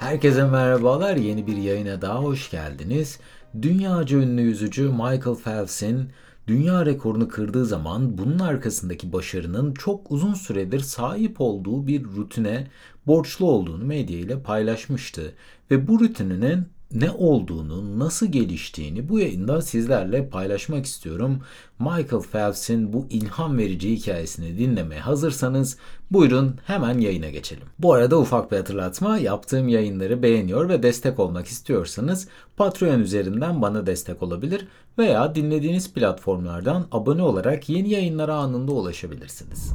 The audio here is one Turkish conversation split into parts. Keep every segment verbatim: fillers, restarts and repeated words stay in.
Herkese merhabalar, yeni bir yayına daha hoş geldiniz. Dünyaca ünlü yüzücü Michael Phelps'in dünya rekorunu kırdığı zaman bunun arkasındaki başarının çok uzun süredir sahip olduğu bir rutine borçlu olduğunu medya ile paylaşmıştı. Ve bu rutininin ne olduğunu, nasıl geliştiğini bu yayında sizlerle paylaşmak istiyorum. Michael Phelps'in bu ilham verici hikayesini dinlemeye hazırsanız buyurun hemen yayına geçelim. Bu arada ufak bir hatırlatma, yaptığım yayınları beğeniyor ve destek olmak istiyorsanız Patreon üzerinden bana destek olabilir veya dinlediğiniz platformlardan abone olarak yeni yayınlara anında ulaşabilirsiniz.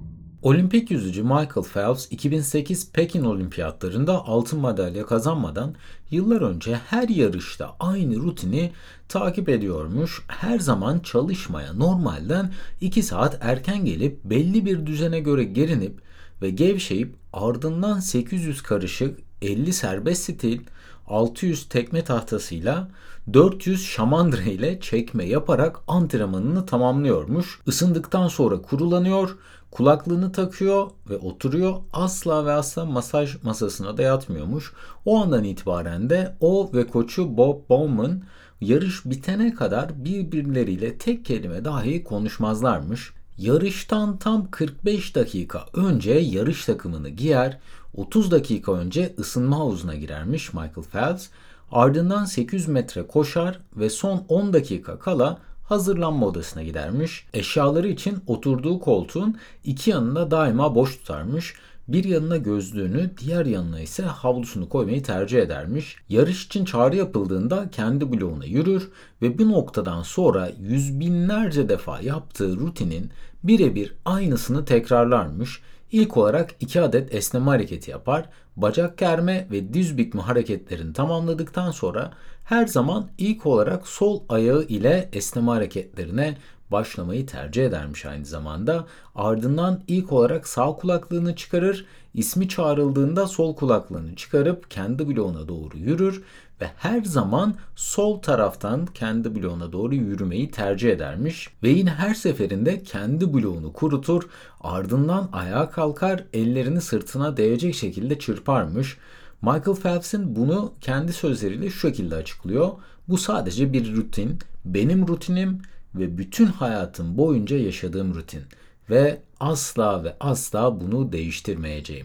Olimpik yüzücü Michael Phelps iki bin sekiz Pekin Olimpiyatlarında altın madalya kazanmadan yıllar önce her yarışta aynı rutini takip ediyormuş. Her zaman çalışmaya normalden iki saat erken gelip belli bir düzene göre gerinip ve gevşeyip ardından sekiz yüz karışık, elli serbest stil, altı yüz tekme tahtasıyla dört yüz şamandıra ile çekme yaparak antrenmanını tamamlıyormuş. Isındıktan sonra kurulanıyor, kulaklığını takıyor ve oturuyor. Asla ve asla masaj masasına da yatmıyormuş. O andan itibaren de o ve koçu Bob Bowman yarış bitene kadar birbirleriyle tek kelime dahi konuşmazlarmış. Yarıştan tam kırk beş dakika önce yarış takımını giyer, otuz dakika önce ısınma havuzuna girermiş Michael Phelps. Ardından sekiz yüz metre koşar ve son on dakika kala hazırlanma odasına gidermiş. Eşyaları için oturduğu koltuğun iki yanını daima boş tutarmış. Bir yanına gözlüğünü, diğer yanına ise havlusunu koymayı tercih edermiş. Yarış için çağrı yapıldığında kendi bloğuna yürür ve bu noktadan sonra yüz binlerce defa yaptığı rutinin birebir aynısını tekrarlarmış. İlk olarak iki adet esneme hareketi yapar. Bacak germe ve diz bükme hareketlerini tamamladıktan sonra her zaman ilk olarak sol ayağı ile esneme hareketlerine başlamayı tercih edermiş aynı zamanda. Ardından ilk olarak sağ kulaklığını çıkarır, ismi çağrıldığında sol kulaklığını çıkarıp kendi bloğuna doğru yürür ve her zaman sol taraftan kendi bloğuna doğru yürümeyi tercih edermiş. Ve yine her seferinde kendi bloğunu kurutur, ardından ayağa kalkar, ellerini sırtına değecek şekilde çırparmış. Michael Phelps'in bunu kendi sözleriyle şu şekilde açıklıyor. Bu sadece bir rutin, benim rutinim ve bütün hayatım boyunca yaşadığım rutin ve asla ve asla bunu değiştirmeyeceğim.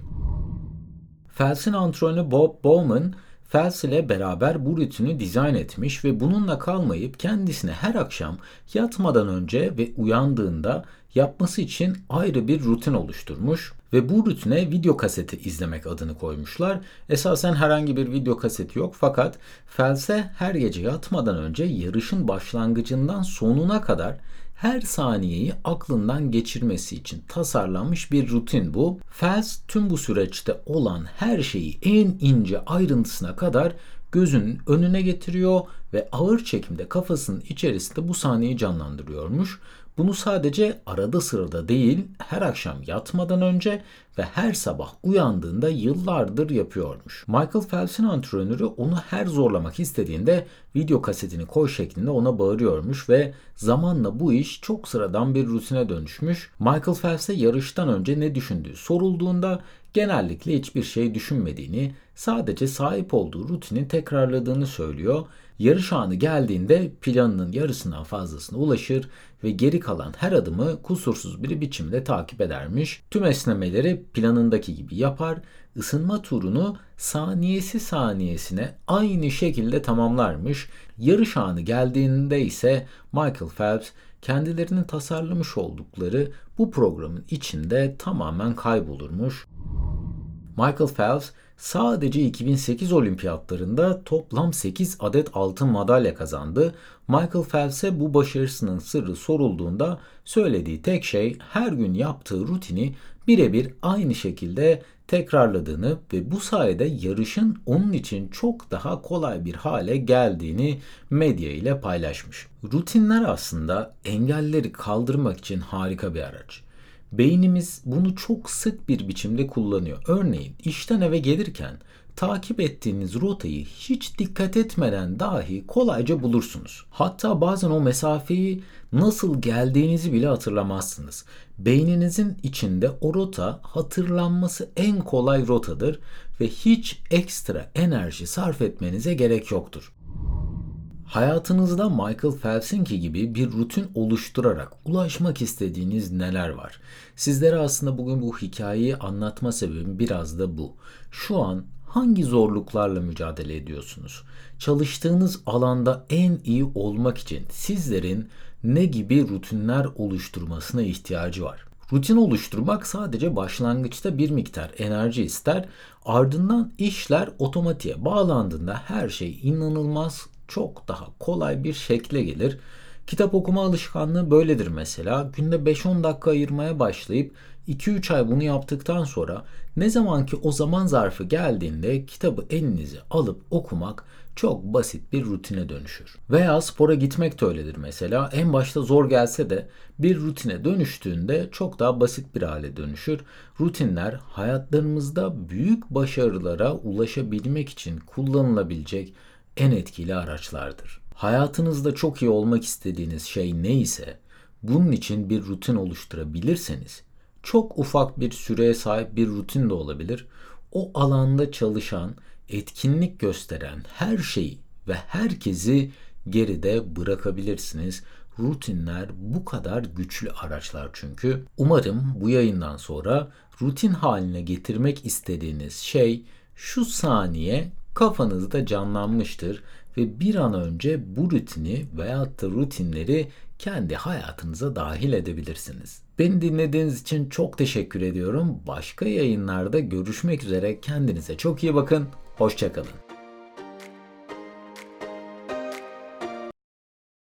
Phelps'in antrenörü Bob Bowman, Phelps ile beraber bu rutini dizayn etmiş ve bununla kalmayıp kendisine her akşam yatmadan önce ve uyandığında yapması için ayrı bir rutin oluşturmuş ve bu rutine video kaseti izlemek adını koymuşlar. Esasen herhangi bir video kaseti yok fakat Phelps'e her gece yatmadan önce yarışın başlangıcından sonuna kadar her saniyeyi aklından geçirmesi için tasarlanmış bir rutin bu. Phelps tüm bu süreçte olan her şeyi en ince ayrıntısına kadar gözünün önüne getiriyor ve ağır çekimde kafasının içerisinde bu sahneyi canlandırıyormuş. Bunu sadece arada sırada değil, her akşam yatmadan önce ve her sabah uyandığında yıllardır yapıyormuş. Michael Phelps'in antrenörü onu her zorlamak istediğinde video kasetini koy şeklinde ona bağırıyormuş ve zamanla bu iş çok sıradan bir rutine dönüşmüş. Michael Phelps'e yarıştan önce ne düşündüğü sorulduğunda genellikle hiçbir şey düşünmediğini, sadece sahip olduğu rutini tekrarladığını söylüyor. Yarış anı geldiğinde planının yarısından fazlasına ulaşır ve geri kalan her adımı kusursuz bir biçimde takip edermiş. Tüm esnemeleri planındaki gibi yapar, ısınma turunu saniyesi saniyesine aynı şekilde tamamlarmış. Yarış anı geldiğinde ise Michael Phelps kendilerinin tasarlamış oldukları bu programın içinde tamamen kaybolurmuş. Michael Phelps sadece iki bin sekiz olimpiyatlarında toplam sekiz adet altın madalya kazandı. Michael Phelps'e bu başarısının sırrı sorulduğunda söylediği tek şey her gün yaptığı rutini birebir aynı şekilde tekrarladığını ve bu sayede yarışın onun için çok daha kolay bir hale geldiğini medya ile paylaşmış. Rutinler aslında engelleri kaldırmak için harika bir araç. Beynimiz bunu çok sık bir biçimde kullanıyor. Örneğin işten eve gelirken takip ettiğiniz rotayı hiç dikkat etmeden dahi kolayca bulursunuz. Hatta bazen o mesafeyi nasıl geldiğinizi bile hatırlamazsınız. Beyninizin içinde o rota hatırlanması en kolay rotadır ve hiç ekstra enerji sarf etmenize gerek yoktur. Hayatınızda Michael Phelps'inki gibi bir rutin oluşturarak ulaşmak istediğiniz neler var? Sizlere aslında bugün bu hikayeyi anlatma sebebim biraz da bu. Şu an hangi zorluklarla mücadele ediyorsunuz? Çalıştığınız alanda en iyi olmak için sizlerin ne gibi rutinler oluşturmasına ihtiyacı var? Rutin oluşturmak sadece başlangıçta bir miktar enerji ister, ardından işler otomatiğe bağlandığında her şey inanılmaz çok daha kolay bir şekle gelir. Kitap okuma alışkanlığı böyledir mesela. Günde beş on dakika ayırmaya başlayıp iki üç ay bunu yaptıktan sonra ne zaman ki o zaman zarfı geldiğinde kitabı elinize alıp okumak çok basit bir rutine dönüşür. Veya spora gitmek de öyledir mesela. En başta zor gelse de bir rutine dönüştüğünde çok daha basit bir hale dönüşür. Rutinler hayatlarımızda büyük başarılara ulaşabilmek için kullanılabilecek en etkili araçlardır. Hayatınızda çok iyi olmak istediğiniz şey neyse, bunun için bir rutin oluşturabilirseniz, çok ufak bir süreye sahip bir rutin de olabilir. O alanda çalışan, etkinlik gösteren her şeyi ve herkesi geride bırakabilirsiniz. Rutinler bu kadar güçlü araçlar çünkü. Umarım bu yayından sonra rutin haline getirmek istediğiniz şey şu saniye kafanızda canlanmıştır ve bir an önce bu rutini veyahut da rutinleri kendi hayatınıza dahil edebilirsiniz. Beni dinlediğiniz için çok teşekkür ediyorum. Başka yayınlarda görüşmek üzere. Kendinize çok iyi bakın. Hoşça kalın.